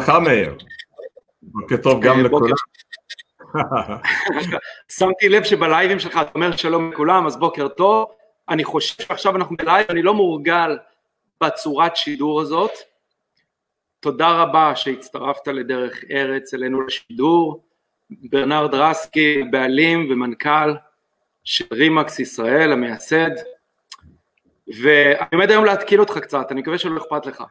לך מאיר, בוקר טוב גם לכולם. שמתי לב שבלייבים שלך אתה אומר שלום לכולם, אז בוקר טוב. אני חושב שעכשיו אנחנו בלייב, אני לא מורגל בצורת שידור הזאת. תודה רבה שהצטרפת לדרך ארץ אלינו לשידור. ברנרד רסקי, בעלים ומנכ"ל של רימקס ישראל, המייסד. ואני עומד היום להתקיל אותך קצת, אני מקווה שלא אכפת לך.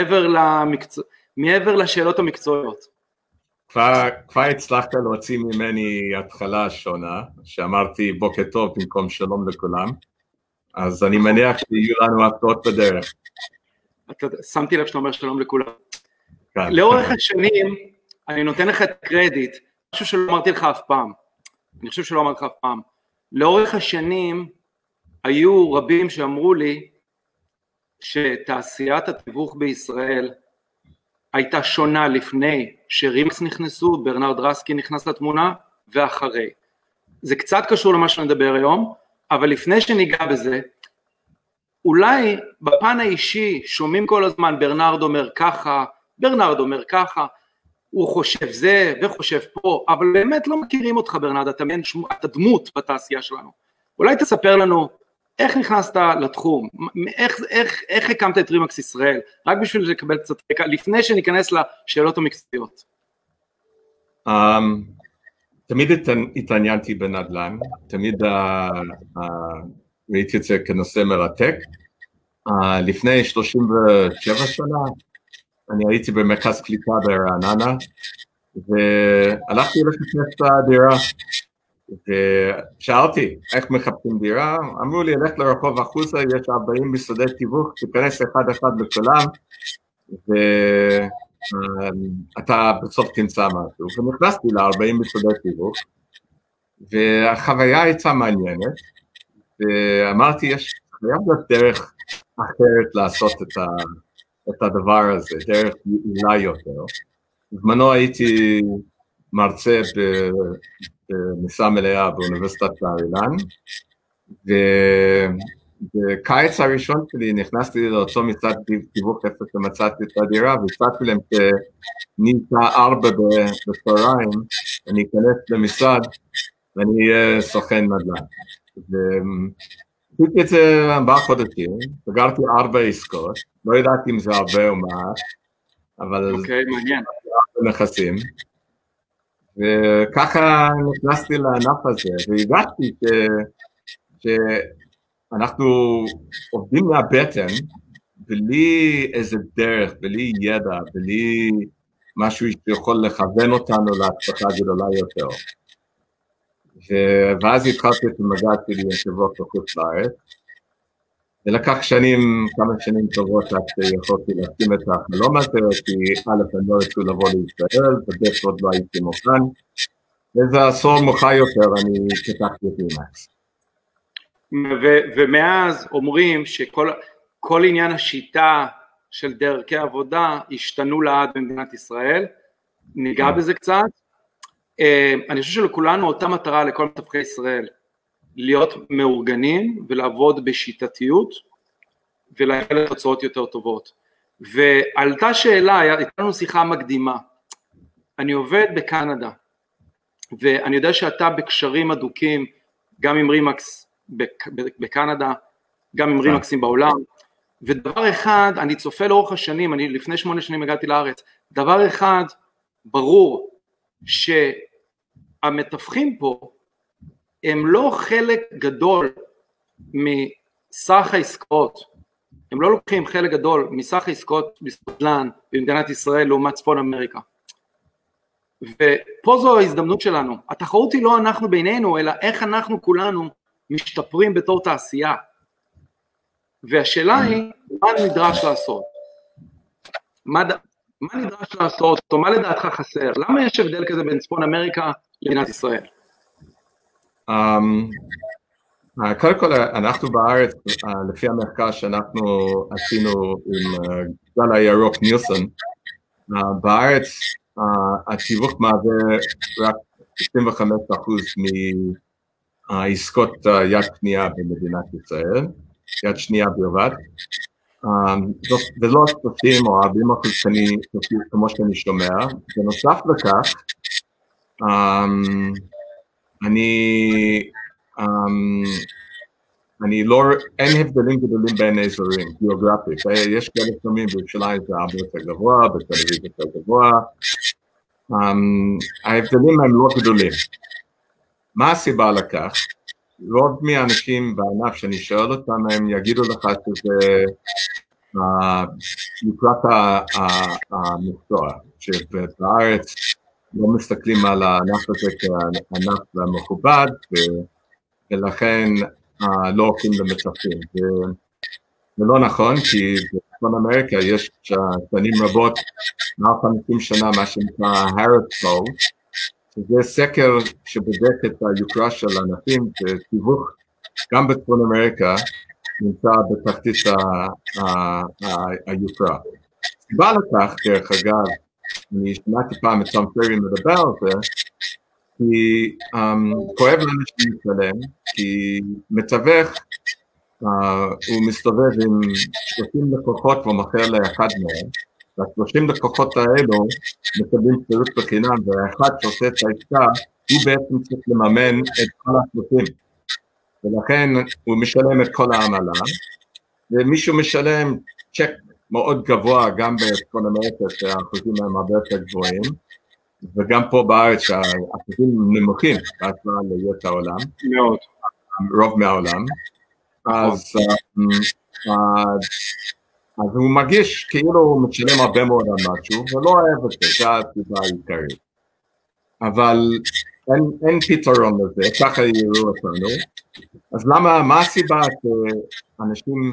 מעבר לשאלות המקצועיות. כבר הצלחת להוציא ממני התחלה שונה, שאמרתי בוקר טוב במקום שלום לכולם, אז אני מניח שיהיו לנו הפתעות בדרך. שמתי לב שאתה אומר שלום לכולם. לאורך השנים, אני נותן לך את הקרדיט, משהו שלא אמרתי לך אף פעם, אני חושב שלא אמרתי לך אף פעם, לאורך השנים היו רבים שאמרו לי שתעשיית התיווך בישראל הייתה שונה לפני שרימקס נכנסו, ברנרד רסקי נכנס לתמונה, ואחרי. זה קצת קשור למה שנדבר היום, אבל לפני שניגע בזה, אולי בפן האישי שומעים כל הזמן, ברנרד אומר ככה, ברנרד אומר ככה, הוא חושב זה וחושב פה, אבל באמת לא מכירים אותך ברנרד, אתה דמות בתעשייה שלנו. אולי תספר לנו איך נכנסת לתחום, איך הקמת את רימקס ישראל, רק בשביל לקבל קצת רקע, לפני שניכנס לשאלות המקצועיות. תמיד התעניינתי בנדל"ן, תמיד ראיתי את זה כנושא מרתק. לפני 37 שנה, אני הייתי במרכז קליטה ברעננה, והלכתי לחפש את הדירה, ושאלתי איך מחפשים דירה, אמרו לי, הלך לרחוב אחוזה, יש 40 משרדי תיווך, תיכנס אחד אחד לכולם, ואתה בסוף תמצא משהו, ונכנסתי ל-40 משרדי תיווך, והחוויה הייתה מעניינת, ואמרתי, יש חייב להיות דרך אחרת לעשות את הדבר הזה, דרך יעילה יותר. בזמנו הייתי מרצה במשרה מלאה באוניברסיטת בר אילן, ובקיץ הראשון שלי נכנסתי לאותו משרד תיווך איפה שמצאתי את הדירה, והצעתי להם שמשעה 4 בצהריים, אני אכנס למשרד ואני אהיה סוכן נדל"ן. עשיתי את זה 4 חודשים, סגרתי 4 עסקות, לא ידעתי אם זה הרבה או מעט, אבל מעניין. 4 נכסים, וככה נכנסתי לענף הזה, והגעתי שאנחנו עובדים מהבטן, בלי איזה דרך, בלי ידע, בלי משהו שיכול לכוון אותנו להצלחה גדולה יותר. ואז התחלתי את המגע שלי לשיווק בחוץ לארץ, ולקח כמה שנים טובות עד שיכולתי להקים את החלום הזה, כי א' אני לא רצו לבוא לישראל, וב' עוד לא הייתי מוכן, וזה עשור מאוחר יותר אני פתחתי את רימקס. ומאז אומרים שכל עניין השיטה של דרכי עבודה השתנו לעד במדינת ישראל, ניגע בזה קצת. אני חושב שלכולנו אותה מטרה לכל מתווכי ישראל, להיות מאורגנים ולעבוד בשיטתיות ולהגיע לתוצאות יותר טובות. ועלתה שאלה, הייתה לנו שיחה מקדימה, אני עובד בקנדה, ואני יודע שאתה בקשרים אדוקים גם עם רימקס בקנדה, גם עם רימקסים בעולם, ודבר אחד, אני צופה לאורך השנים, אני לפני 8 שנים הגעתי לארץ, דבר אחד ברור, שהמתווכים פה הם לא חלק גדול מסך העסקאות, הם לא לוקחים חלק גדול מסך העסקאות בסטלן במדינת ישראל לעומת צפון אמריקה, ופה זו ההזדמנות שלנו, התחרות היא לא אנחנו בינינו, אלא איך אנחנו כולנו משתפרים בתור תעשייה, והשאלה היא מה נדרש לעשות, מה נדרש לעשות, או מה לדעתך חסר? למה יש הבדל כזה בין צפון אמריקה למדינת ישראל? קודם כל, אנחנו בארץ, לפי המחקר שאנחנו עשינו עם גל הירוק ניוסון, בארץ התיווך מהווה רק 25% מהעסקות יד קנייה במדינת ישראל, יד שנייה בלבד, ולא 30 או 40% כמו שאני שומע. בנוסף לכך, אין הבדלים גדולים בין אזורים, גיאוגרפית, יש כאלה שומעים בירושלים זה הרבה יותר גבוה, בתל אביב יותר גבוה, ההבדלים הם לא גדולים. מה הסיבה לכך? רוב מהאנשים בענף שאני שואל אותם, הם יגידו לך שזה לקראת המקצוע, שבארץ לא מסתכלים על הענף הזה כענף מכובד, ולכן לא הולכים למתווכים. זה לא נכון, כי בצפון אמריקה יש שנים רבות, מעל 50 שנה, מה שנקרא האריס פול, שזה סקר שבודק את היוקרה של ענפים, ותיווך גם בצפון אמריקה נמצא בתחתית היוקרה. סיבה לכך, דרך אגב, אני שמעתי פעם את סם פרי מדבר על זה, כי כואב לאנשים לשלם, כי מתווך, הוא מסתובב עם 30 לקוחות ומוכר לאחד מהם, וה-30 לקוחות האלו מקבלים שירות בחינם, והאחד שעושה את העסקה, הוא בעצם צריך לממן את כל ה-30, ולכן הוא משלם את כל העמלה, ומישהו משלם צ'ק מאוד גבוה, גם בצפון אמריקה, שהאחוזים הם הרבה יותר גבוהים, וגם פה בארץ שהאחוזים נמוכים בהשוואה ליתר העולם, רוב מהעולם, אז הוא מרגיש כאילו הוא משלם הרבה מאוד על משהו, ולא אוהב את זה, זה הסיבה העיקרית. אבל אין פתרון לזה, ככה יראו אותנו. אז מה הסיבה שאנשים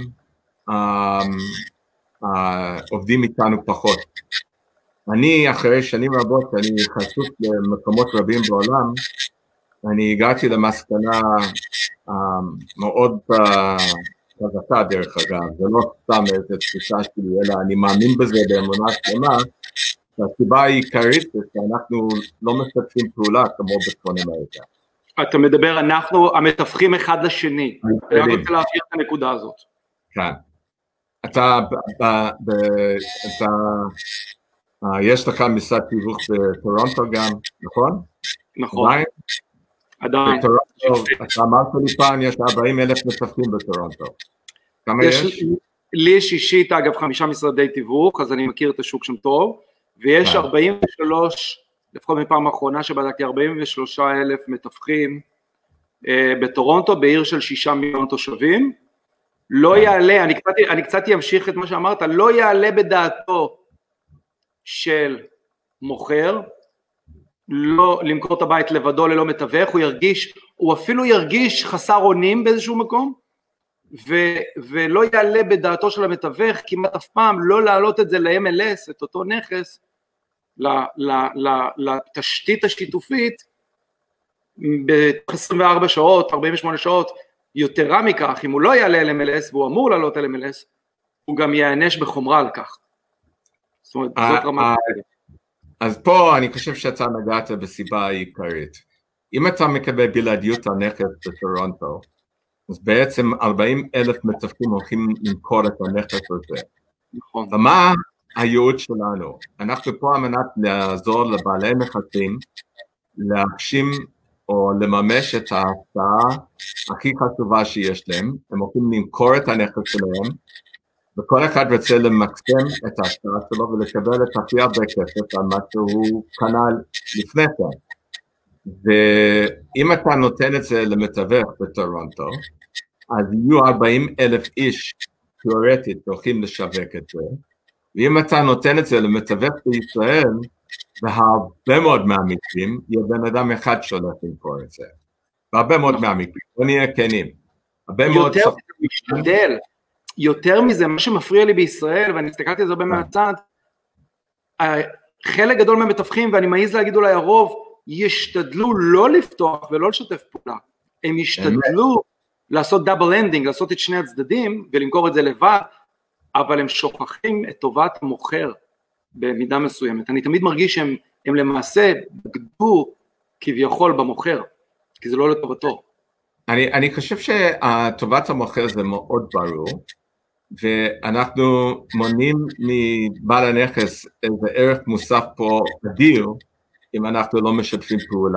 עובדים איתנו פחות? אני אחרי שנים רבות, אני חשוף למקומות רבים בעולם, אני הגעתי למסקנה מאוד חזקה דרך אגב, זה לא סתם איזו תפיסה שלי, אלא אני מאמין בזה באמונה שלמה, והסיבה העיקרית זה שאנחנו לא משתפים פעולה כמו בצפון אמריקה. אתה מדבר, אנחנו המתווכים אחד לשני, אני רוצה להבהיר את הנקודה הזאת. כן. יש לך משרד תיווך בטורונטו גם, נכון? נכון. עדיין. אתה אמרת לי פעם, יש 40,000 מתווכים בטורונטו. כמה יש? לי יש אישית, אגב, 5 משרדי תיווך, אז אני מכיר את השוק שם טוב, ויש 43, לפחות מפעם האחרונה שבדקתי, 43,000 מתווכים בטורונטו, בעיר של 6 מיליון תושבים. לא יעלה, אני קצת ימשיך את מה שאמרת, לא יעלה בדעתו של מוכר, לא למכור את הבית לבדו ללא מתווך, הוא אפילו ירגיש חסר אונים באיזשהו מקום, ולא יעלה בדעתו של המתווך כמעט אף פעם, לא להעלות את זה ל-MLS, את אותו נכס, לתשתית השיתופית, ב-24 שעות, 48 שעות, יתרה מכך, אם הוא לא יעלה ל-MLS, והוא אמור לעלות ל-MLS, הוא גם יענש בחומרה על כך. זאת אומרת, זאת רמת... אז פה אני חושב שאתה נגעת בסיבה העיקרית. אם אתה מקבל בלעדיות הנכס בטורונטו, אז בעצם 40,000 מתווכים הולכים למכור את הנכס הזה. נכון. ומה הייעוד שלנו? אנחנו פה על מנת לעזור לבעלי נכסים, להגשים או לממש את ההצעה הכי חשובה שיש להם, הם הולכים למכור את הנכס שלהם, וכל אחד רוצה למקסם את ההשקעה שלו ולקבל את הכי הרבה כסף על מה שהוא קנה לפני כן. ואם אתה נותן את זה למתווך בטורונטו, אז יהיו 40,000 איש תיאורטית הולכים לשווק את זה, ואם אתה נותן את זה למתווך בישראל, והרבה מאוד מהמקרים, יהיה בן אדם אחד שהולך למכור את זה. והרבה מאוד מהמקרים, בוא נהיה כנים. יותר מזה, מה שמפריע לי בישראל, ואני הסתכלתי על זה הרבה מהצד, חלק גדול מהמתווכים, ואני מעיז להגיד אולי הרוב, ישתדלו לא לפתוח ולא לשתף פעולה, הם ישתדלו לעשות דאבל אנדינג, לעשות את שני הצדדים, ולמכור את זה לבד, אבל הם שוכחים את טובת המוכר, במידה מסוימת. אני תמיד מרגיש שהם למעשה בגדו כביכול במוכר, כי זה לא לטובתו. אני חושב שטובת המוכר זה מאוד ברור, ואנחנו מונים מבעל הנכס איזה ערך מוסף פה אדיר, אם אנחנו לא משתפים פעולה.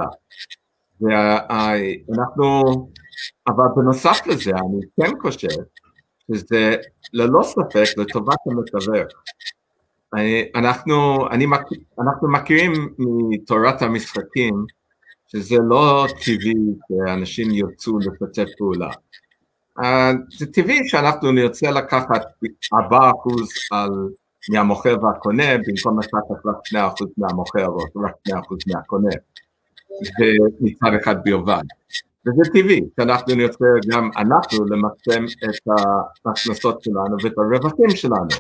אבל בנוסף לזה, אני כן חושב, שזה ללא ספק לטובת המתווך. אנחנו מכירים מתורת המשחקים, שזה לא טבעי שאנשים ירצו לשתף פעולה. זה טבעי שאנחנו נרצה לקחת 4% מהמוכר והקונה, במקום לקחת רק 2% מהמוכר או רק 2% מהקונה. זה מצד אחד בלבד. וזה טבעי, שאנחנו נרצה גם אנחנו למקסם את ההכנסות שלנו ואת הרווחים שלנו.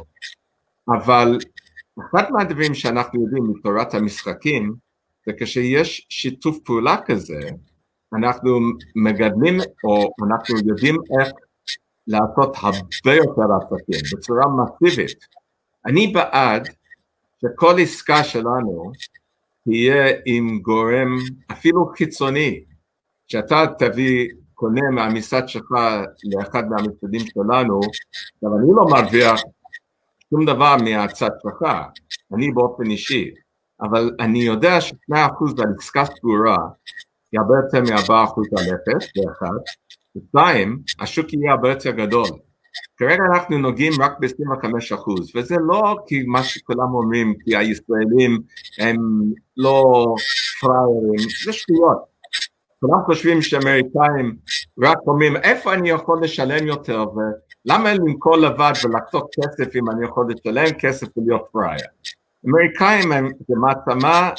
אבל אחד מהדברים שאנחנו יודעים מתורת המשחקים, זה כשיש שיתוף פעולה כזה, אנחנו מגדלים או אנחנו יודעים איך לעשות הרבה יותר עסקים, בצורה מסיבית. אני בעד שכל עסקה שלנו תהיה עם גורם אפילו חיצוני, שאתה תביא קונה מהמשרד שלך לאחד מהמשרדים שלנו, אבל אני לא מרוויח שום דבר מהצד שלך, אני באופן אישי, אבל אני יודע ש2% על עסקה סגורה, היא הרבה יותר מ4% על אפס, זה אחד, ושתיים, השוק יהיה הרבה יותר גדול. כרגע אנחנו נוגעים רק ב-25%, וזה לא כי מה שכולם אומרים, כי הישראלים הם לא פריירים, זה שטויות. כולם חושבים שאמריקאים רק אומרים, איפה אני יכול לשלם יותר, ולמה למכור לבד ולחסוך כסף אם אני יכול לשלם כסף ולהיות פרייר? אמריקאים זה מעצמה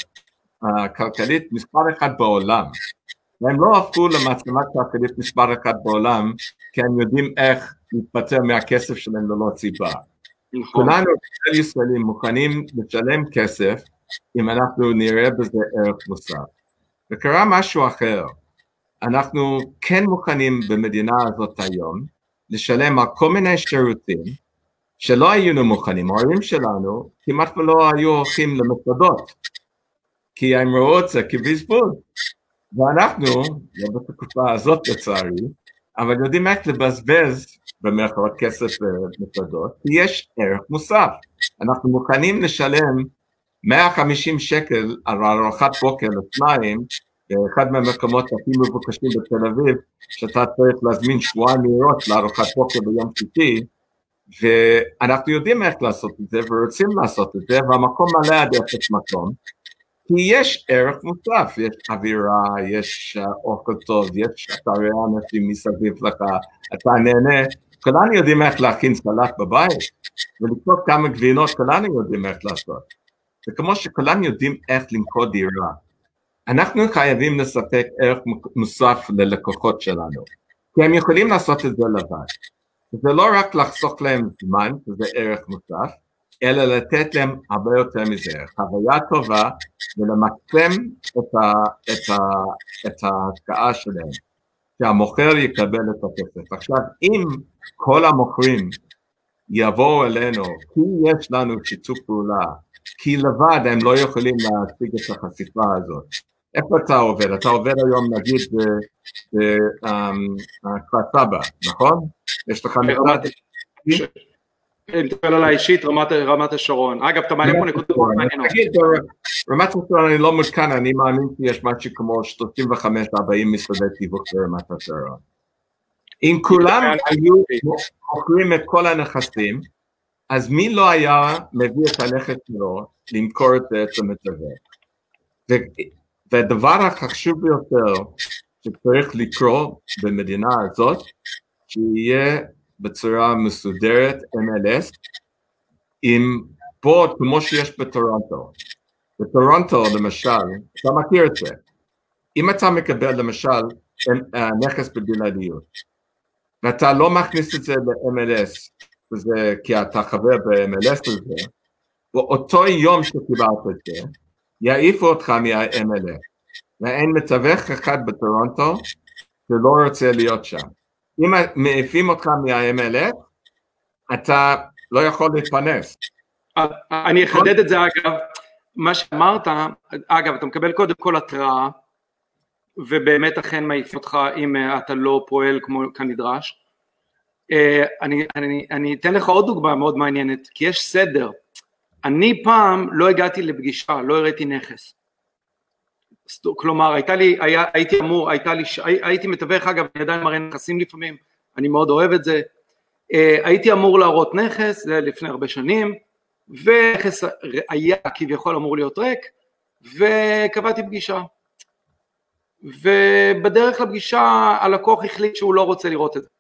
כלכלית מספר אחד בעולם, והם לא הפכו למעצמה כלכלית מספר אחד בעולם, כי הם יודעים איך להתפטר מהכסף שלהם ללא סיבה. כולנו ישראלים מוכנים לשלם כסף, אם אנחנו נראה בזה ערך מוסף. וקרה משהו אחר, אנחנו כן מוכנים במדינה הזאת היום, לשלם על כל מיני שירותים, שלא היינו מוכנים, ההורים שלנו כמעט ולא היו הולכים למסעדות, כי הם ראו את זה כבזבוז, ואנחנו, לא בתקופה הזאת לצערי, אבל יודעים איך לבזבז במרכאות כסף במסעדות, כי יש ערך מוסף, אנחנו מוכנים לשלם 150 שקל על ארוחת בוקר לשניים, באחד מהמקומות הכי מבוקשים בתל אביב, שאתה צריך להזמין שבועיים מהירות לארוחת בוקר ביום שישי, ואנחנו יודעים איך לעשות את זה, ורוצים לעשות את זה, והמקום מלא עד אפס מקום, כי יש ערך מוסף, יש אווירה, יש אוכל טוב, יש אתרי אנשים מסביב לך, אתה נהנה, כולנו יודעים איך להכין סלט בבית, ולקנות כמה גבינות, כולנו יודעים איך לעשות. זה כמו שכולנו יודעים איך למכור דירה. אנחנו חייבים לספק ערך מוסף ללקוחות שלנו, כי הם יכולים לעשות את זה לבד. זה לא רק לחסוך להם זמן, שזה ערך מוסף, אלא לתת להם הרבה יותר מזה, חוויה טובה, ולמקסם את ההשקעה שלהם, שהמוכר יקבל את הכסף. עכשיו, אם כל המוכרים יבואו אלינו, כי יש לנו שיתוף פעולה, כי לבד הם לא יכולים להשיג את החשיפה הזאת. איפה אתה עובד? אתה עובד היום נגיד בכפר סבא, נכון? יש לך נקודת... אני מדבר על האישית, רמת השרון. אגב, אתה מעלה פה נקודות מעניינות. רמת השרון אני לא מותקן, אני מאמין שיש משהו כמו 35-40 משרדי תיווך ברמת השרון. אם כולם היו מוכרים את כל הנכסים, אז מי לא היה מביא את הנכס שלו למכור את זה אצל מתווך? והדבר החשוב ביותר שצריך לקרוא במדינה הזאת, שיהיה בצורה מסודרת MLS, עם בורד כמו שיש בטורונטו. בטורונטו למשל, אתה מכיר את זה, אם אתה מקבל למשל נכס בבלעדיות, ואתה לא מכניס את זה ל-MLS, וזה כי אתה חבר ב-MLS הזה, ואותו יום שקיבלת את זה, יעיפו אותך מה-MLS, ואין מתווך אחד בטורונטו שלא רוצה להיות שם. אם מעיפים אותך מה-MLS, אתה לא יכול להתפרנס. אני אחדד את זה אגב, מה שאמרת, אגב, אתה מקבל קודם כל התראה, ובאמת אכן מעיף אותך אם אתה לא פועל כמו כנדרש, אני אתן לך עוד דוגמה מאוד מעניינת, כי יש סדר. אני פעם לא הגעתי לפגישה, לא הראיתי נכס. כלומר, הייתי מתווך, אגב, אני עדיין מראה נכסים לפעמים, אני מאוד אוהב את זה, הייתי אמור להראות נכס, זה לפני הרבה שנים, ונכס היה כביכול אמור להיות ריק, וקבעתי פגישה. ובדרך לפגישה הלקוח החליט שהוא לא רוצה לראות את זה.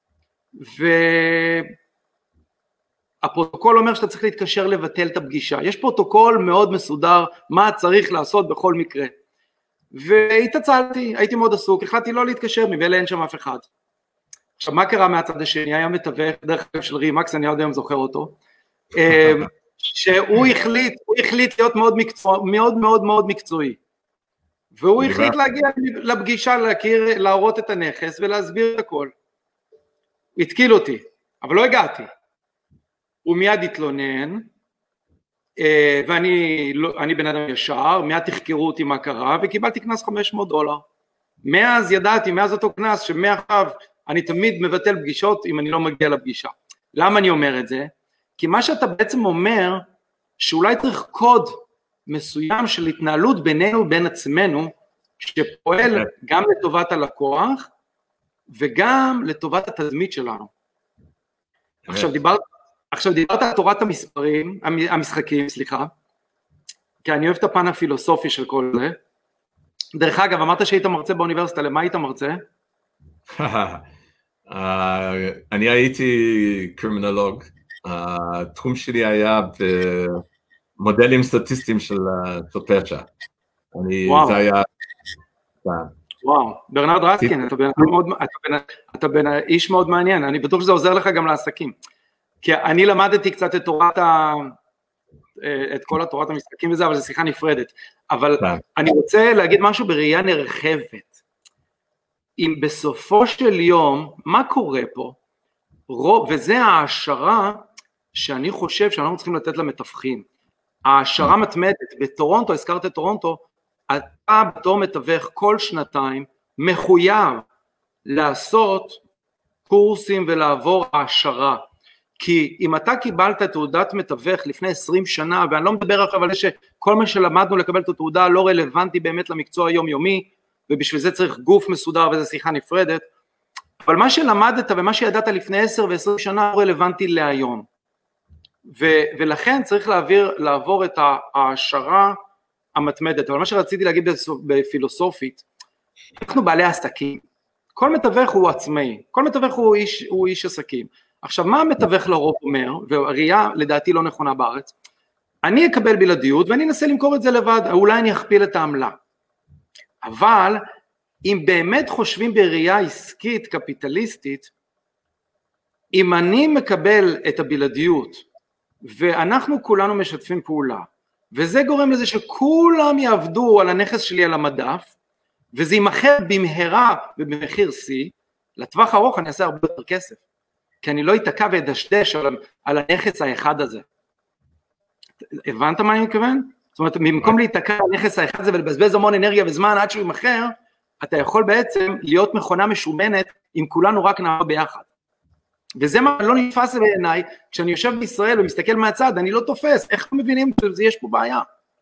והפרוטוקול אומר שאתה צריך להתקשר לבטל את הפגישה. יש פרוטוקול מאוד מסודר, מה צריך לעשות בכל מקרה. והתעצלתי, הייתי מאוד עסוק, החלטתי לא להתקשר, ממילא אין שם אף אחד. עכשיו, מה קרה מהצד השני? היה מתווך, דרך כלל של רימקס, אני עוד היום זוכר אותו, שהוא החליט להיות מאוד מאוד מקצועי. והוא החליט להגיע לפגישה, להראות את הנכס ולהסביר את הכל. התקיל אותי, אבל לא הגעתי. הוא מיד התלונן, ואני בן אדם ישר, מיד תחקרו אותי מה קרה, וקיבלתי קנס $500. מאז ידעתי, מאז אותו קנס, שמאחר אני תמיד מבטל פגישות אם אני לא מגיע לפגישה. למה אני אומר את זה? כי מה שאתה בעצם אומר, שאולי צריך קוד מסוים של התנהלות בינינו ובין עצמנו, שפועל גם לטובת הלקוח, וגם לטובת התדמית שלנו. עכשיו דיברת על תורת המשחקים, סליחה, כי אני אוהב את הפן הפילוסופי של כל זה. דרך אגב, אמרת שהיית מרצה באוניברסיטה, למה היית מרצה? אני הייתי קרימינולוג, התחום שלי היה במודלים סטטיסטיים של פשע. זה היה... וואו, ברנרד רסקין, אתה בן איש מאוד מעניין, אני בטוח שזה עוזר לך גם לעסקים, כי אני למדתי קצת את כל התורת המשחקים וזה, אבל זו שיחה נפרדת, אבל אני רוצה להגיד משהו בראייה נרחבת, אם בסופו של יום, מה קורה פה, וזה ההשערה שאני חושב שאנחנו צריכים לתת למתווכים, ההשערה מתמדת, בטורונטו, הזכרת את טורונטו, אתה בתור מתווך כל שנתיים מחויב לעשות קורסים ולעבור העשרה, כי אם אתה קיבלת תעודת מתווך לפני 20 שנה, ואני לא מדבר עכשיו על שכל מה שלמדנו לקבל את התעודה לא רלוונטי באמת למקצוע היומיומי, ובשביל זה צריך גוף מסודר וזו שיחה נפרדת, אבל מה שלמדת ומה שידעת לפני 10 ו-20 שנה לא רלוונטי להיום, ולכן צריך לעבור את ההעשרה המתמדת. אבל מה שרציתי להגיד בפילוסופית, אנחנו בעלי עסקים, כל מתווך הוא עצמאי, כל מתווך הוא איש עסקים. עכשיו מה המתווך לרוב אומר, והראייה לדעתי לא נכונה בארץ, אני אקבל בלעדיות ואני אנסה למכור את זה לבד, אולי אני אכפיל את העמלה, אבל אם באמת חושבים בראייה עסקית קפיטליסטית, אם אני מקבל את הבלעדיות ואנחנו כולנו משתפים פעולה, וזה גורם לזה שכולם יעבדו על הנכס שלי על המדף, וזה ימחר במהרה ובמחיר C, לטווח ארוך אני אעשה הרבה יותר כסף, כי אני לא אתעכב ואדשדש על הנכס האחד הזה. הבנת מה אני מתכוון? זאת אומרת, במקום להתעכב על הנכס האחד הזה ולבזבז המון אנרגיה וזמן עד שהוא ימחר, אתה יכול בעצם להיות מכונה משומנת אם כולנו רק נעבוד ביחד. וזה מה לא נתפס בעיניי, כשאני יושב בישראל ומסתכל מהצד, אני לא תופס, איך לא מבינים שיש פה בעיה?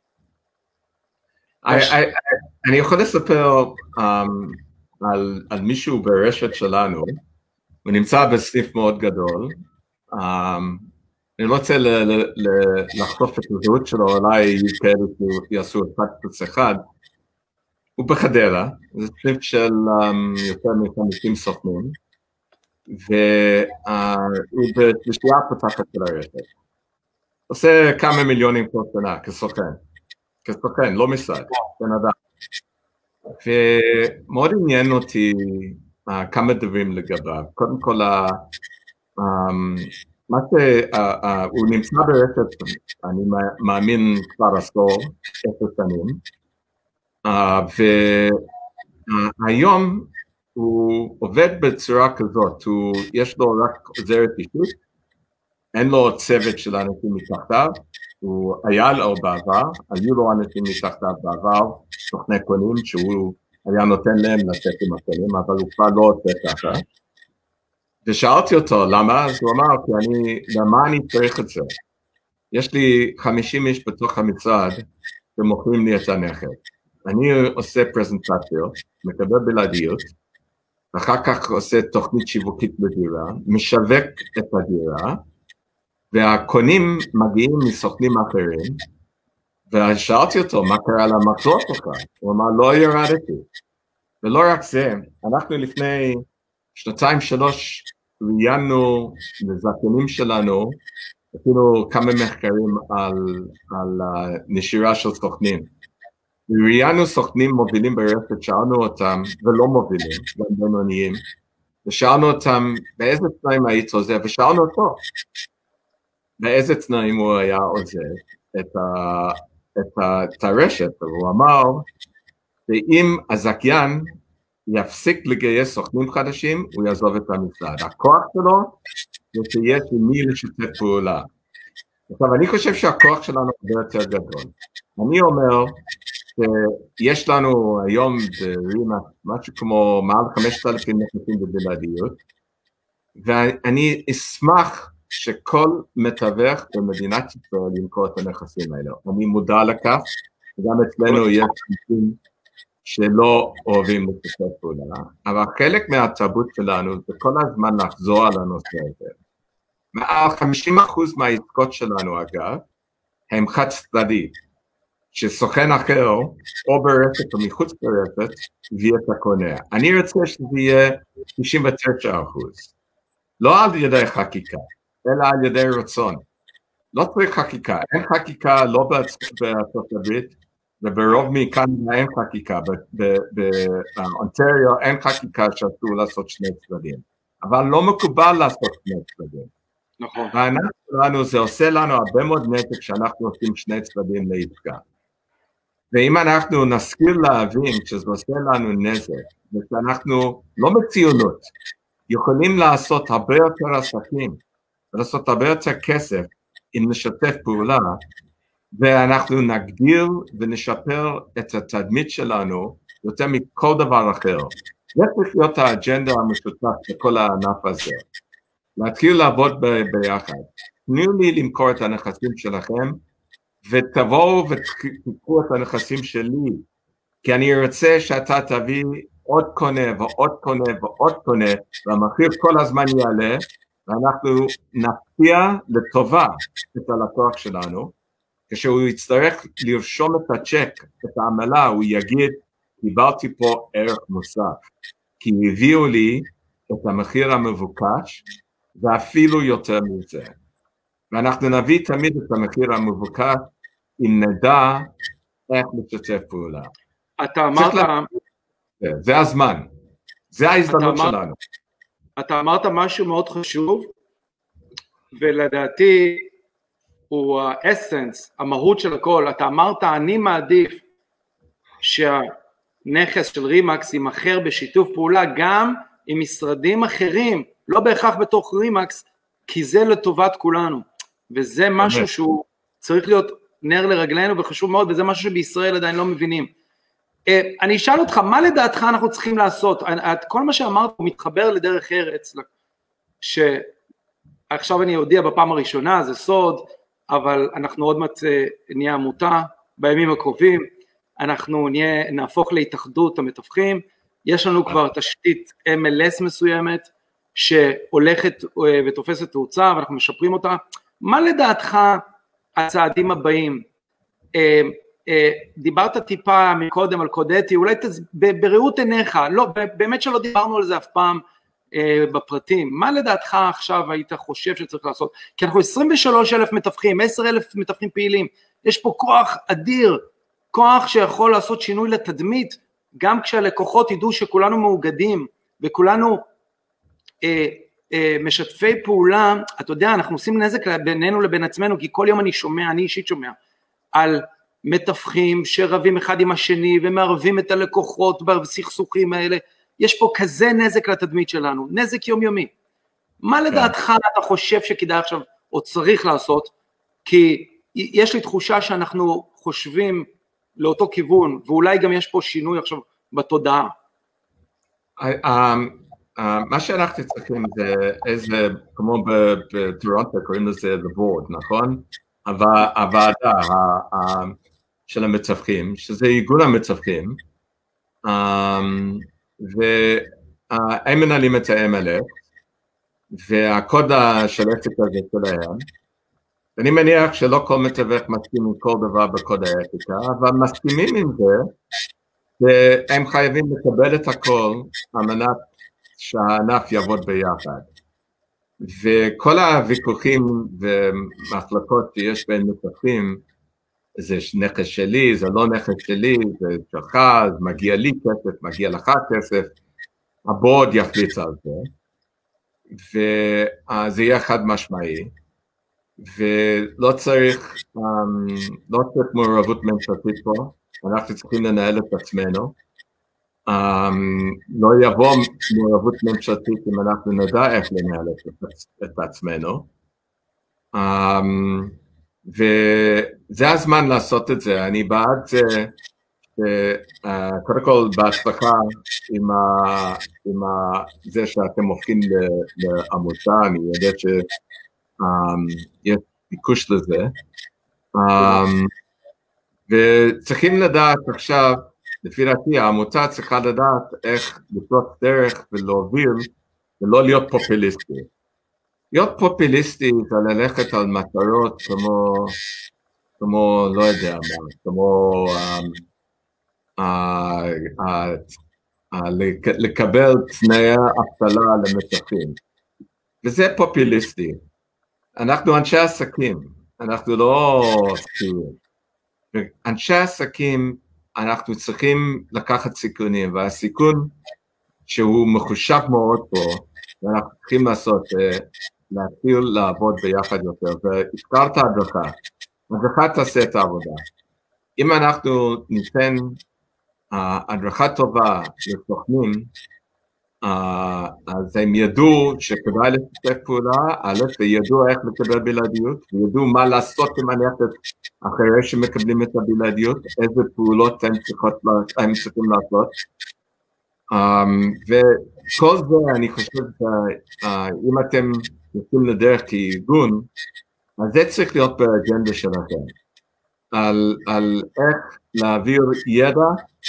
אני יכול לספר על מישהו ברשת שלנו, הוא נמצא בסניף מאוד גדול, אני לא רוצה לחשוף את הזהות שלו, אולי יהיו כאלה שיעשו אחד, הוא בחדרה, זה סניף של יותר מ-50 סוכנים, והוא בשלייה פותחת של הרשת, עושה כמה מיליונים כל שנה כסוכן, לא משרד, בן אדם, ומאוד עניין אותי כמה דברים לגביו. קודם כל, הוא נמצא ברשת, אני מאמין כבר עשור, 10 שנים, והיום הוא עובד בצורה כזאת, יש לו רק עוזרת אישית, אין לו צוות של אנשים מתחתיו, הוא היה לו בעבר, היו לו אנשים מתחתיו בעבר, סוכני קונים שהוא היה נותן להם לצאת עם הקונים, אבל הוא כבר לא עושה ככה, ושאלתי אותו, למה? אז הוא אמר, למה אני צריך את זה? יש לי 50 איש בתוך המשרד שמוכרים לי את הנכס. אני עושה פרזנטציות, מקבל בלעדיות, אחר כך עושה תוכנית שיווקית בדירה, משווק את הדירה, והקונים מגיעים מסוכנים אחרים, ושאלתי אותו, מה קרה למחזור שלך? הוא אמר, לא ירדתי. ולא רק זה, אנחנו לפני 2-3 ראיינו לזכיינים שלנו, אפילו כמה מחקרים על נשירה של סוכנים. ראיינו סוכנים מובילים ברשת, שאלנו אותם, ולא מובילים, גם בינוניים, ושאלנו אותם, באיזה תנאים היית עוזב, ושאלנו אותו, באיזה תנאים הוא היה עוזב את הרשת, והוא אמר, שאם הזכיין יפסיק לגייס סוכנים חדשים, הוא יעזוב את המשרד. הכוח שלו זה שיש עם מי לשתף פעולה. עכשיו, אני חושב שהכוח שלנו הרבה יותר גדול. אני אומר שיש לנו היום משהו כמו מעל 5,000 נכסים בבלעדיות, ואני אשמח שכל מתווך במדינת ישראל ימכור את הנכסים האלה. אני מודע לכך, וגם אצלנו יש אנשים שלא אוהבים לשתף פעולה, אבל חלק מהתרבות שלנו זה כל הזמן לחזור על הנושא הזה. מעל 50% מהעסקות שלנו אגב, הם חד צדדי, שסוכן אחר, או ברשת או מחוץ לרשת, הביא את הקונה. אני רוצה שזה יהיה 99%. לא על ידי חקיקה, אלא על ידי רצון. לא צריך חקיקה, אין חקיקה לא בארצות הברית, וברוב מקנדה אין חקיקה, באונטריו אין חקיקה שאסור לעשות שני צדדים, אבל לא מקובל לעשות שני צדדים. נכון. והעניין שלנו, זה עושה לנו הרבה מאוד נזק שאנחנו עושים שני צדדים לעסקה. ואם אנחנו נשכיל להבין שזה עושה לנו נזק, ושאנחנו לא בציונות, יכולים לעשות הרבה יותר עסקים, ולעשות הרבה יותר כסף, אם נשתף פעולה, ואנחנו נגדיר ונשפר את התדמית שלנו יותר מכל דבר אחר. זה צריך להיות האג'נדה המשותף לכל הענף הזה. להתחיל לעבוד ביחד. תנו לי למכור את הנכסים שלכם, ותבואו ותקחו את הנכסים שלי, כי אני רוצה שאתה תביא עוד קונה ועוד קונה ועוד קונה, והמחיר כל הזמן יעלה, ואנחנו נפתיע לטובה את הלקוח שלנו, כשהוא יצטרך לרשום את הצ'ק, את העמלה, הוא יגיד, קיבלתי פה ערך נוסף, כי הביאו לי את המחיר המבוקש, ואפילו יותר מזה. ואנחנו נביא תמיד את המחיר המבוקש, אם נדע איך לשתף פעולה. אתה אמרת... זה הזמן, זה ההזדמנות שלנו. אתה אמרת משהו מאוד חשוב, ולדעתי, הוא האסנס, המהות של הכל. אתה אמרת, אני מעדיף שהנכס של רימקס יימכר בשיתוף פעולה גם עם משרדים אחרים, לא בהכרח בתוך רימקס, כי זה לטובת כולנו, וזה משהו שהוא צריך להיות נר לרגלינו וחשוב מאוד, וזה משהו שבישראל עדיין לא מבינים. אני אשאל אותך, מה לדעתך אנחנו צריכים לעשות? כל מה שאמרת הוא מתחבר לדרך ארץ, שעכשיו אני אודיע בפעם הראשונה, זה סוד, אבל אנחנו עוד מעט נהיה עמותה בימים הקרובים, אנחנו נהפוך להתאחדות המתווכים, יש לנו כבר תשתית MLS מסוימת, שהולכת ותופסת תאוצה, ואנחנו משפרים אותה. מה לדעתך הצעדים הבאים? דיברת טיפה מקודם על קודטי, אולי בראות עיניך, לא, באמת שלא דיברנו על זה אף פעם בפרטים, מה לדעתך עכשיו היית חושב שצריך לעשות? כי אנחנו 23,000 מתווכים, 10,000 מתווכים פעילים, יש פה כוח אדיר, כוח שיכול לעשות שינוי לתדמית, גם כשהלקוחות ידעו שכולנו מאוגדים, וכולנו משתפי פעולה, אתה יודע, אנחנו עושים נזק בינינו לבין עצמנו, כי כל יום אני שומע, אני אישית שומע, על מתווכים שרבים אחד עם השני, ומערבים את הלקוחות בסכסוכים האלה, יש פה כזה נזק לתדמית שלנו, נזק יומיומי. מה לדעתך אתה חושב שכדאי עכשיו, או צריך לעשות, כי יש לי תחושה שאנחנו חושבים לאותו כיוון, ואולי גם יש פה שינוי עכשיו בתודעה. מה שאנחנו צריכים זה איזה, כמו בטורונטו קוראים לזה the board, נכון? הוועדה של המצווחים, שזה ארגון המצווחים, והם מנהלים את ה-MLS, והקוד של העסק הזה שלהם, אני מניח שלא כל מתווך מסכים עם כל דבר בקוד האתיקה, אבל מסכימים עם זה, והם חייבים לקבל את הכל על מנת שהענף יעבוד ביחד. וכל הוויכוחים ומחלקות שיש בין מתווכים, זה נכס שלי, זה לא נכס שלי, זה שלך, זה מגיע לי כסף, מגיע לך כסף, הבורד יחליט על זה, וזה יהיה חד משמעי, ולא צריך מעורבות ממשלתית פה, אנחנו צריכים לנהל את עצמנו, לא יבוא מעורבות ממשלתית אם אנחנו נדע איך לנהל את עצמנו, וזה הזמן לעשות את זה. אני בעד זה, קודם כל בהצלחה עם זה שאתם הופכים לעמותה, אני יודע שיש ביקוש לזה, וצריכים לדעת עכשיו, לפי דעתי, העמותה צריכה לדעת איך לפרוץ דרך ולהוביל, ולא להיות פופוליסטי. להיות פופוליסטי זה ללכת על מטרות כמו לא יודע מה, כמו לקבל תנאי אבטלה למצווחים. וזה פופוליסטי. אנחנו אנשי עסקים, אנחנו לא עסקים. אנשי עסקים, אנחנו צריכים לקחת סיכונים, והסיכון שהוא מחושב מאוד פה, ואנחנו צריכים לעשות, להתחיל לעבוד ביחד יותר, והזכרת הדרכה, הדרכה תעשה את העבודה. אם אנחנו ניתן הדרכה טובה לסוכנים, אז הם ידעו שכדאי לשתף פעולה, וידעו איך לקבל בלעדיות, וידעו מה לעשות עם הנכס אחרי שמקבלים את הבלעדיות, איזה פעולות הם צריכים לעשות, וכל זה אני חושב שאם אתם יוצאים לדרך כארגון, אז זה צריך להיות באג'נדה שלכם, על איך להעביר ידע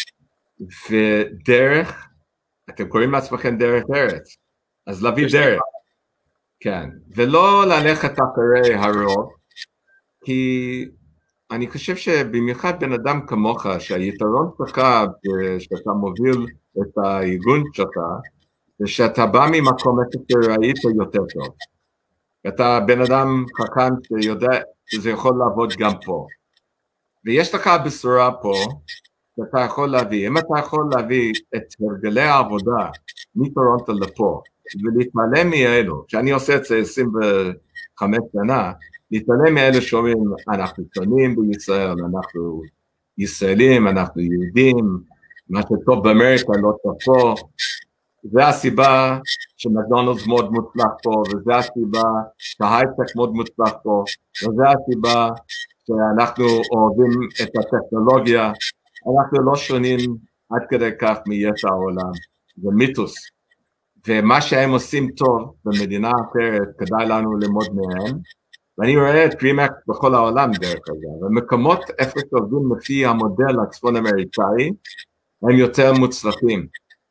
ודרך, אתם קוראים לעצמכם דרך ארץ, אז להביא דרך, כן, ולא ללכת אחרי הרוב, כי אני חושב שבמיוחד בן אדם כמוך, שהיתרון שלך שאתה מוביל את הארגון שלך, זה שאתה בא ממקום שראית יותר טוב. אתה בן אדם חכם שיודע שזה יכול לעבוד גם פה. ויש לך בשורה פה, שאתה יכול להביא. אם אתה יכול להביא את הרגלי העבודה מטורונטו לפה, ולהתמלא מאלו, שאני עושה את זה 25 שנה, להתעלם מאלה שאומרים, אנחנו שונים בישראל, אנחנו ישראלים, אנחנו יהודים, מה שטוב באמריקה לא טוב פה, זה הסיבה שמקדונלדס מאוד מוצלח פה, וזה הסיבה שההייטק מאוד מוצלח פה, וזה הסיבה שאנחנו אוהבים את הטכנולוגיה, אנחנו לא שונים עד כדי כך מיתר העולם, זה מיתוס, ומה שהם עושים טוב במדינה אחרת, כדאי לנו ללמוד מהם, ואני רואה את DreamHack בכל העולם דרך כזה, ומקומות איפה שעובדים לפי המודל הצפון אמריקאי, הם יותר מוצלחים,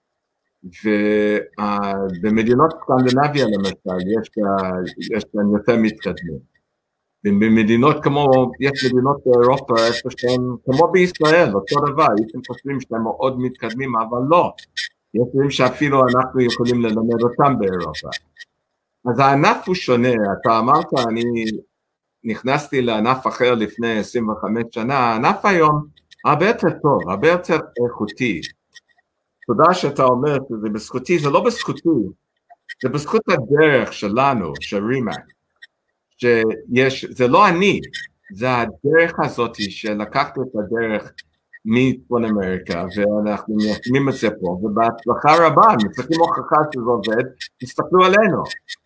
ובמדינות סקנדינביה למשל, יש כאן יותר מתקדמים, ובמדינות כמו, יש מדינות באירופה, איפה שהם, כמו בישראל, אותו דבר, יש חושבים שהם מאוד מתקדמים, אבל לא, יש דברים שאפילו אנחנו יכולים ללמד אותם באירופה, אז הענף הוא שונה, אתה אמרת, אני נכנסתי לענף אחר לפני 25 שנה, הענף היום הרבה יותר טוב, הרבה יותר איכותי, תודה שאתה אומר שזה בזכותי, זה לא בזכותי, זה בזכות הדרך שלנו, של רימאק, שיש, זה לא אני, זה הדרך הזאת שלקחת את הדרך מצפון אמריקה, ואנחנו מיישמים את זה פה, ובהצלחה רבה, מצליחים הוכחה שזה עובד, תסתכלו עלינו.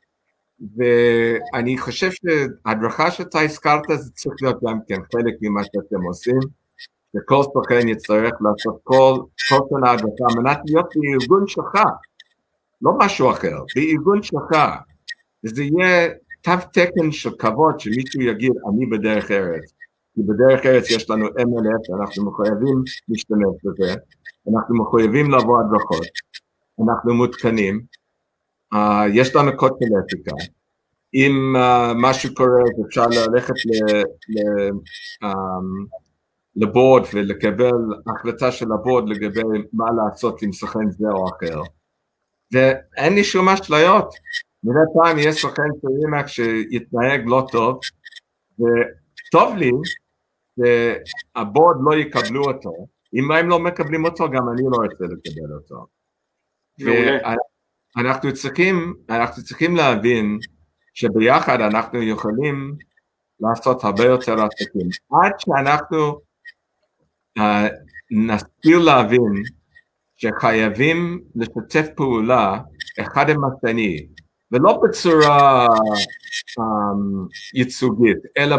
ואני חושב שההדרכה שאתה הזכרת, זה צריך להיות גם כן חלק ממה שאתם עושים, וכל סוכן יצטרך לעשות כל שנה הדרכה, על מנת להיות בארגון שלך, לא משהו אחר, בארגון שלך, וזה יהיה תו תקן של כבוד שמישהו יגיד, אני בדרך ארץ, כי בדרך ארץ יש לנו MLS, אנחנו מחויבים להשתמש בזה, אנחנו מחויבים לעבור הדרכות, אנחנו מותקנים, יש לנו קוד של אתיקה, אם משהו קורה, אפשר ללכת לבורד ולקבל החלטה של הבורד לגבי מה לעשות עם סוכן זה או אחר. ואין לי שום אשליות. מדי פעם יש סוכן של רימקס שיתנהג לא טוב, וטוב לי שהבורד לא יקבלו אותו. אם הם לא מקבלים אותו, גם אני לא רוצה לקבל אותו. ואנחנו צריכים להבין שביחד אנחנו יכולים לעשות הרבה יותר עסקים. עד שאנחנו נשכיל להבין שחייבים לשתף פעולה אחד עם השני, ולא בצורה ייצוגית, אלא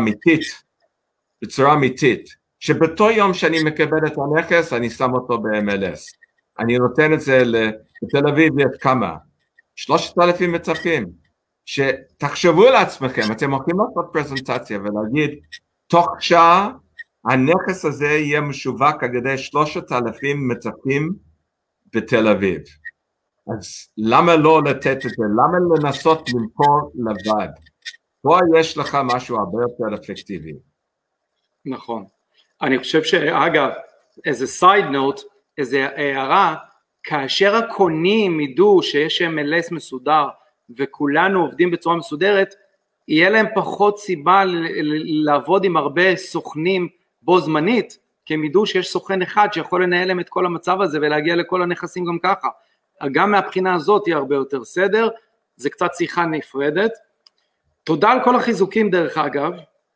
בצורה אמיתית, שבאותו יום שאני מקבל את הנכס, אני שם אותו ב-MLS. אני נותן את זה לתל אביב, יש כמה? 3,000 מתווכים. שתחשבו לעצמכם, אתם הולכים לעשות פרזנטציה ולהגיד, תוך שעה הנכס הזה יהיה משווק על ידי 3,000 מתווכים בתל אביב. אז למה לא לתת את זה? למה לנסות למכור לבד? פה יש לך משהו הרבה יותר אפקטיבי. נכון. אני חושב שאגב, איזה סייד נוט, איזה הערה, כאשר הקונים ידעו שיש MLS מסודר, וכולנו עובדים בצורה מסודרת, יהיה להם פחות סיבה לעבוד עם הרבה סוכנים בו זמנית, כי הם ידעו שיש סוכן אחד שיכול לנהל להם את כל המצב הזה, ולהגיע לכל הנכסים גם ככה. גם מהבחינה הזאת יהיה הרבה יותר סדר, זה קצת שיחה נפרדת. תודה על כל החיזוקים דרך אגב,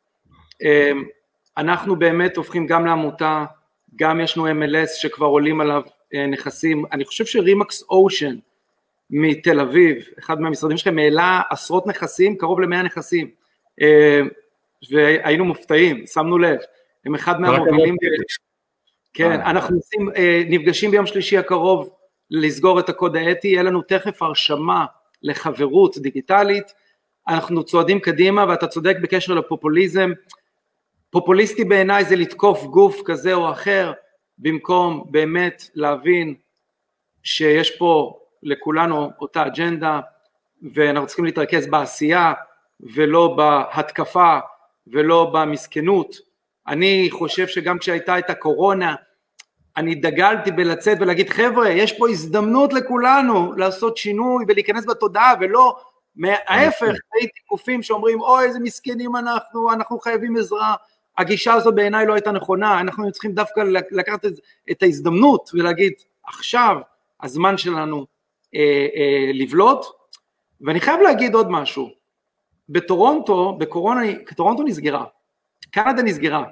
אנחנו באמת הופכים גם לעמותה, גם ישנו MLS שכבר עולים עליו נכסים, אני חושב שרימקס אושן, מתל אביב, אחד מהמשרדים שלכם, העלה עשרות נכסים, קרוב ל100 נכסים, והיינו מופתעים, שמנו לב, הם אחד מהמובילים, כן, אנחנו נפגשים ביום שלישי הקרוב, לסגור את הקוד האתי, יהיה לנו תכף הרשמה לחברות דיגיטלית, אנחנו צועדים קדימה, ואתה צודק בקשר לפופוליזם, פופוליסטי בעיניי זה לתקוף גוף כזה או אחר, במקום באמת להבין, שיש פה, לכולנו אותה אג'נדה, ואנחנו צריכים להתרכז בעשייה, ולא בהתקפה, ולא במסכנות. אני חושב שגם כשהייתה את הקורונה, אני דגלתי בלצאת ולהגיד, חבר'ה, יש פה הזדמנות לכולנו, לעשות שינוי ולהיכנס בתודעה, ולא, ההפך, הייתי גופים שאומרים, אוי, איזה מסכנים אנחנו חייבים עזרה, הגישה הזו בעיניי לא הייתה נכונה, אנחנו צריכים דווקא לקחת את ההזדמנות, ולהגיד, עכשיו, הזמן שלנו, לבלוט, ואני חייב להגיד עוד משהו, בטורונטו, טורונטו נסגרה, קנדה נסגרה,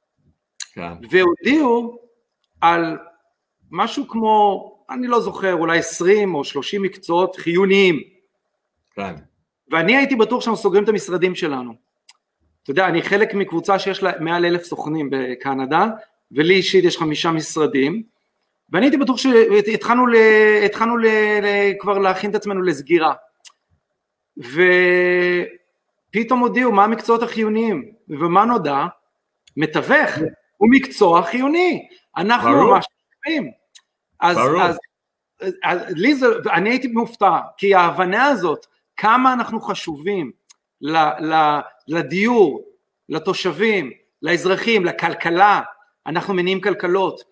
והודיעו על משהו כמו, אני לא זוכר, אולי 20 או 30 מקצועות חיוניים, ואני הייתי בטוח שאנחנו סוגרים את המשרדים שלנו, אתה יודע, אני חלק מקבוצה שיש לה מעל 1,000 סוכנים בקנדה, ולי אישית יש 5 משרדים, ואני הייתי בטוח שהתחלנו כבר להכין את עצמנו לסגירה, ופתאום הודיעו מה המקצועות החיוניים, ומה נודע? מתווך, הוא מקצוע חיוני, אנחנו ממש חושבים, אז אני הייתי מופתע, כי ההבנה הזאת, כמה אנחנו חשובים לדיור, לתושבים, לאזרחים, לכלכלה, אנחנו מניעים כלכלות,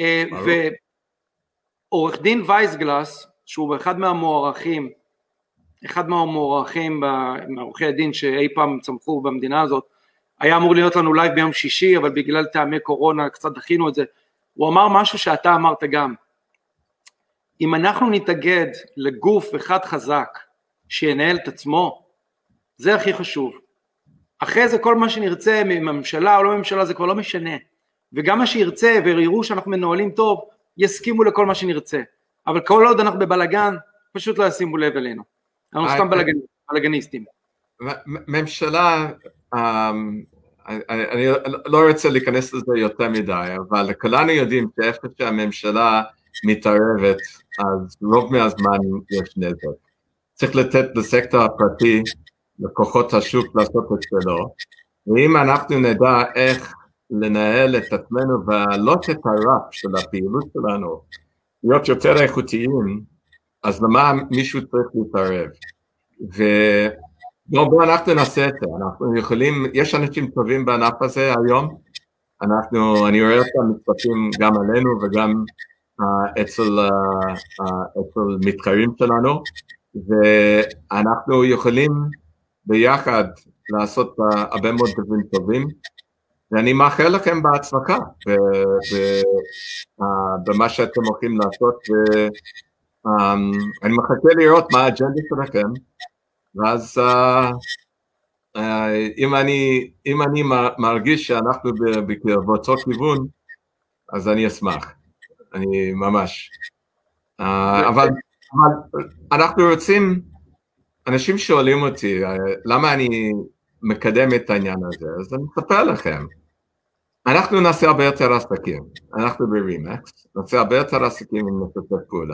ועורך דין וייסגלס, שהוא אחד מהמוערכים, מעורכי הדין שאי פעם צמחו במדינה הזאת, היה אמור להיות לנו לייב ביום שישי, אבל בגלל טעמי קורונה קצת דחינו את זה, הוא אמר משהו שאתה אמרת גם, אם אנחנו נתאגד לגוף אחד חזק, שינהל את עצמו, זה הכי חשוב. אחרי זה כל מה שנרצה מממשלה או לא מממשלה זה כבר לא משנה, וגם מה שירצה ויראו שאנחנו מנוהלים טוב, יסכימו לכל מה שנרצה, אבל כל עוד אנחנו בבלגן, פשוט לא ישימו לב אלינו, אנחנו סתם בלגניסטים. ממשלה, אני לא רוצה להיכנס לזה יותר מדי, אבל כולנו יודעים שאיפה שהממשלה מתערבת, אז רוב מהזמן יש נזק. צריך לתת לסקטור הפרטי, לכוחות השוק לעשות את שלו, ואם אנחנו נדע איך לנהל את עצמנו ולהעלות את הרף של הפעילות שלנו, להיות יותר איכותיים, אז למה מישהו צריך להתערב? ובואו אנחנו נעשה את זה, אנחנו יכולים, יש אנשים טובים בענף הזה היום, אני רואה אותם מתבטאים גם עלינו וגם אצל מתחרים שלנו, ואנחנו יכולים ביחד לעשות הרבה מאוד דברים טובים, ואני מאחל לכם בהצלחה במה שאתם הולכים לעשות, ואני מחכה לראות מה האג'נדה שלכם, ואז אם אני מרגיש שאנחנו באותו כיוון, אז אני אשמח, אני ממש. אבל אנחנו רוצים, אנשים שואלים אותי, למה אני מקדם את העניין הזה, אז אני אספר לכם. אנחנו נעשה הרבה יותר עסקים, אנחנו ברימקס, נעשה הרבה יותר עסקים עם נשתף פעולה,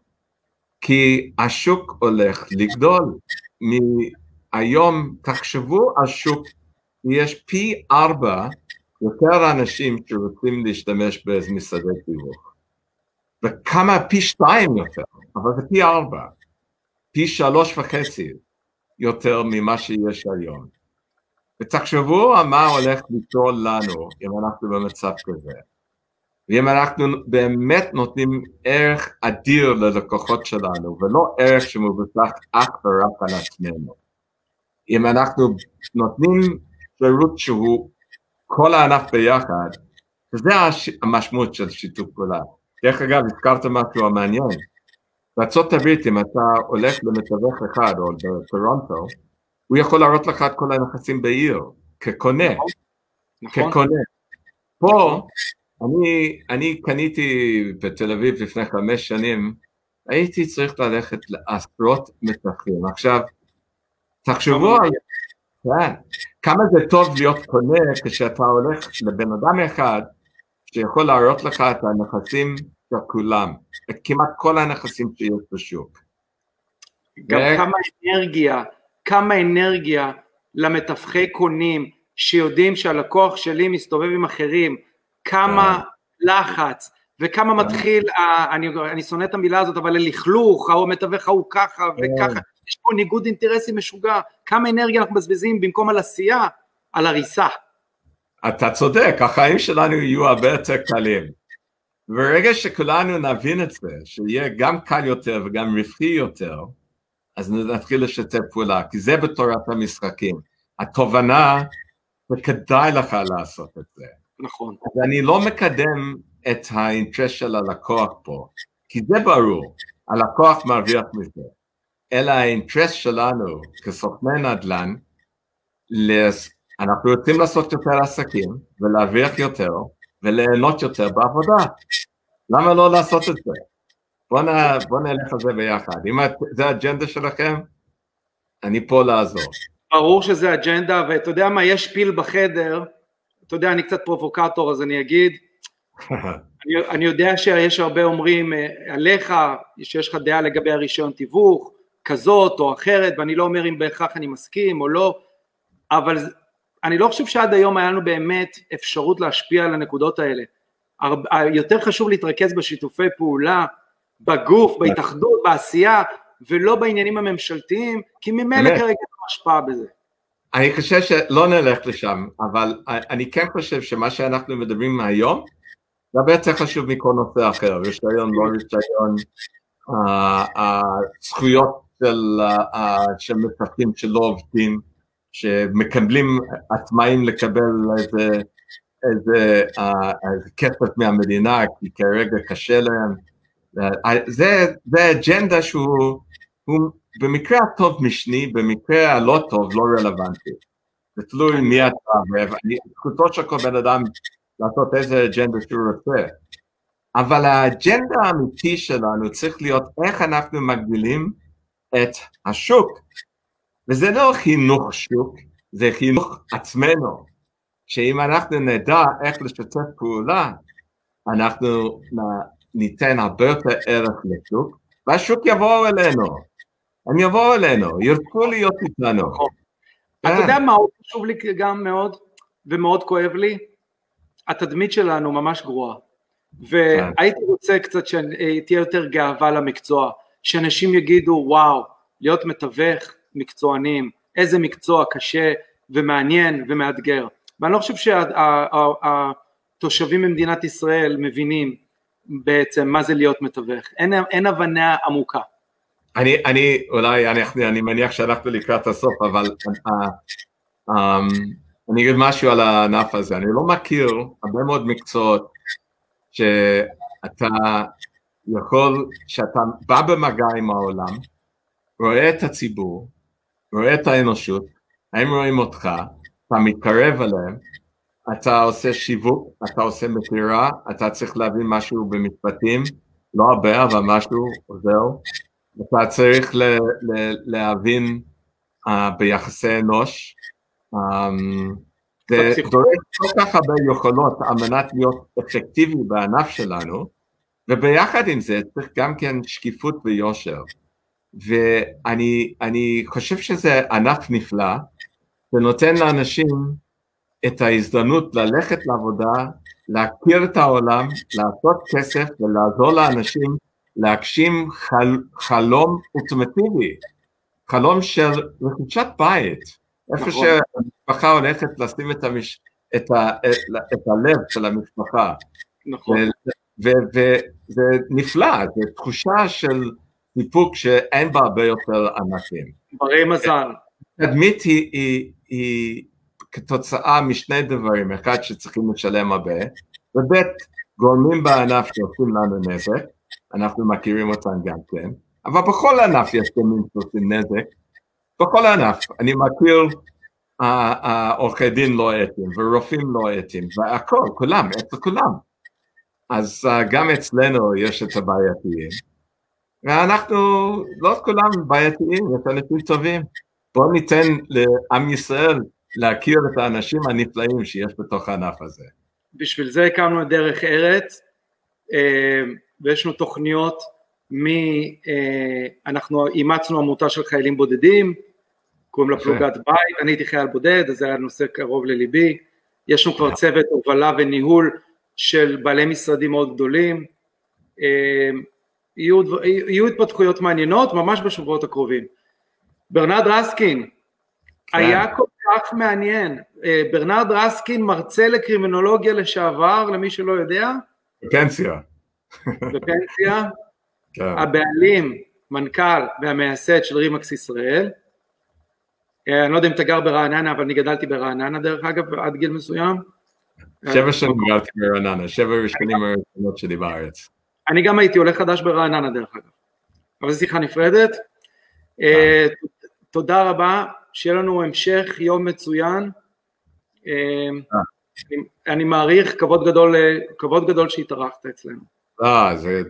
כי השוק הולך לגדול. מהיום, תחשבו על שוק, יש פי 4 יותר אנשים שרוצים להשתמש באיזה משרדי תיווך. וכמה פי 2 יותר, אבל זה פי 4, פי 3.5 יותר ממה שיש היום. ותחשבו על מה הולך ליצור לנו אם אנחנו במצב כזה. ואם אנחנו באמת נותנים ערך אדיר ללקוחות שלנו, ולא ערך שמבוסס אך ורק על עצמנו. אם אנחנו נותנים שירות שהוא כל הענף ביחד, וזה המשמעות של שיתוף פעולה. דרך אגב, הזכרת משהו המעניין. בארצות הברית, אם אתה הולך למתווך אחד, או בטורונטו, הוא יכול להראות לך את כל הנכסים בעיר, כקונה. נכון. כקונה. פה, אני קניתי בתל אביב לפני 5 שנים, הייתי צריך ללכת לעשרות מתווכים. עכשיו, תחשבו על כמה זה טוב להיות קונה כשאתה הולך לבן אדם אחד שיכול להראות לך את הנכסים של כולם, את כמעט כל הנכסים שיש בשוק. גם כמה אנרגיה למתווכי קונים שיודעים שהלקוח שלי מסתובב עם אחרים, כמה לחץ וכמה מתחיל, אני שונא את המילה הזאת, אבל לכלוך, המתווך הוא ככה וככה, יש פה ניגוד אינטרסים משוגע, כמה אנרגיה אנחנו מבזבזים במקום על עשייה, על הריסה. אתה צודק, החיים שלנו יהיו הרבה יותר קלים, וברגע שכולנו נבין את זה, שיהיה גם קל יותר וגם רווחי יותר, אז נתחיל לשתף פעולה, כי זה בתורת המשחקים, התובנה וכדאי לך לעשות את זה. נכון. אז אני לא מקדם את האינטרס של הלקוח פה, כי זה ברור, הלקוח מרוויח מזה, אלא האינטרס שלנו כסוכני נדל"ן, אנחנו רוצים לעשות יותר עסקים, ולהרוויח יותר, וליהנות יותר בעבודה. למה לא לעשות את זה? בוא נלך על זה ביחד. אם זה האג'נדה שלכם, אני פה לעזור. ברור שזה אג'נדה, ואתה יודע מה, יש פיל בחדר, אתה יודע, אני קצת פרובוקטור, אז אני אגיד, אני יודע שיש הרבה אומרים עליך, שיש לך דעה לגבי הרישיון תיווך, כזאת או אחרת, ואני לא אומר אם בהכרח אני מסכים או לא, אבל אני לא חושב שעד היום היה לנו באמת אפשרות להשפיע על הנקודות האלה. יותר חשוב להתרכז בשיתופי פעולה, בגוף, בהתאחדות, בעשייה, ולא בעניינים הממשלתיים, כי ממילא כרגע לא השפעה בזה. אני חושב שלא נלך לשם, אבל אני כן חושב שמה שאנחנו מדברים היום, זה הרבה יותר חשוב מכל נושא אחר, רישיון, לא רישיון, הזכויות של מתווכים שלא עובדים, שמקבלים עצמאים לקבל איזה כסף מהמדינה, כי כרגע קשה להם, זה אג'נדה שהוא במקרה הטוב משני, במקרה הלא טוב לא רלוונטי, זה תלוי מי אתה, ואני זכותו של כל בן אדם לעשות איזה אג'נדה שהוא רוצה, אבל האג'נדה האמיתי שלנו צריך להיות איך אנחנו מגדילים את השוק, וזה לא חינוך שוק, זה חינוך עצמנו, שאם אנחנו נדע איך לשתף פעולה, אנחנו ניתן הרבה יותר ערך לשוק, והשוק יבואו אלינו, הם יבואו אלינו, ירצו להיות איתנו. אתה יודע מה עוד חשוב לי גם מאוד, ומאוד כואב לי? התדמית שלנו ממש גרועה, והייתי רוצה קצת שתהיה יותר גאווה למקצוע, שאנשים יגידו וואו, להיות מתווך מקצוענים, איזה מקצוע קשה ומעניין ומאתגר, ואני לא חושב שהתושבים במדינת ישראל מבינים בעצם מה זה להיות מתווך, אין הבנה עמוקה. אני מניח שאנחנו לקראת הסוף, אבל אני אגיד משהו על הענף הזה, אני לא מכיר הרבה מאוד מקצועות שאתה יכול, שאתה בא במגע עם העולם, רואה את הציבור, רואה את האנושות, הם רואים אותך, אתה מתקרב אליהם, אתה עושה שיווק, אתה עושה מכירה, אתה צריך להבין משהו במשפטים, לא הרבה אבל משהו עוזר, אתה צריך להבין ביחסי אנוש, זה דורש כל כך הרבה יכולות על מנת להיות אפקטיבי בענף שלנו, וביחד עם זה צריך גם כן שקיפות ויושר, ואני חושב שזה ענף נפלא, ונותן לאנשים את ההזדמנות ללכת לעבודה, להכיר את העולם, לעשות כסף ולעזור לאנשים להגשים חלום אולטימטיבי, חלום של רכישת בית, איפה שהמשפחה הולכת לשים את הלב של המשפחה, וזה נפלא, זו תחושה של סיפוק שאין בה הרבה יותר ענפים. ברי מזל. תדמית היא כתוצאה משני דברים, אחד שצריכים לשלם הרבה, ובית גורמים בענף שעושים לנו נזק, אנחנו מכירים אותם גם כן, אבל בכל ענף יש גורמים שעושים נזק, בכל ענף, אני מכיר עורכי דין לא אתיים, ורופאים לא אתיים, והכל, כולם, אצל כולם. אז גם אצלנו יש את הבעייתיים, ואנחנו לא כולם בעייתיים, יש אנשים טובים. בואו ניתן לעם ישראל להכיר את האנשים הנפלאים שיש בתוך הענף הזה. בשביל זה הקמנו את דרך ארץ, ויש לנו תוכניות, אנחנו אימצנו עמותה של חיילים בודדים, קוראים לה פלוגת בית, אני הייתי חייל בודד, אז זה היה נושא קרוב לליבי, יש לנו כבר צוות הובלה וניהול של בעלי משרדים מאוד גדולים, יהיו התפתחויות מעניינות ממש בשבועות הקרובים. ברנרד רסקין, היה כל כך מעניין, ברנרד רסקין מרצה לקרימינולוגיה לשעבר, למי שלא יודע, בפנסיה, הבעלים, מנכ"ל והמייסד של רימקס ישראל, אני לא יודע אם אתה גר ברעננה, אבל אני גדלתי ברעננה דרך אגב, עד גיל מסוים. 7 שנים גרתי ברעננה, 7 ראשונים הראשונות שלי בארץ. אני גם הייתי עולה חדש ברעננה דרך אגב, אבל זו שיחה נפרדת. תודה רבה, שיהיה לנו המשך יום מצוין, אני מעריך, כבוד גדול שהתארחת אצלנו. זה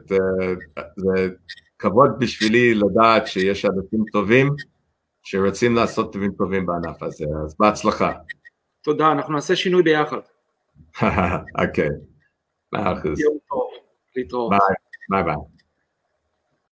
כבוד בשבילי לדעת שיש אנשים טובים, שרוצים לעשות דברים טובים בענף הזה, אז בהצלחה. תודה, אנחנו נעשה שינוי ביחד. אוקיי, 100%. יום טוב, להתראות. ביי ביי.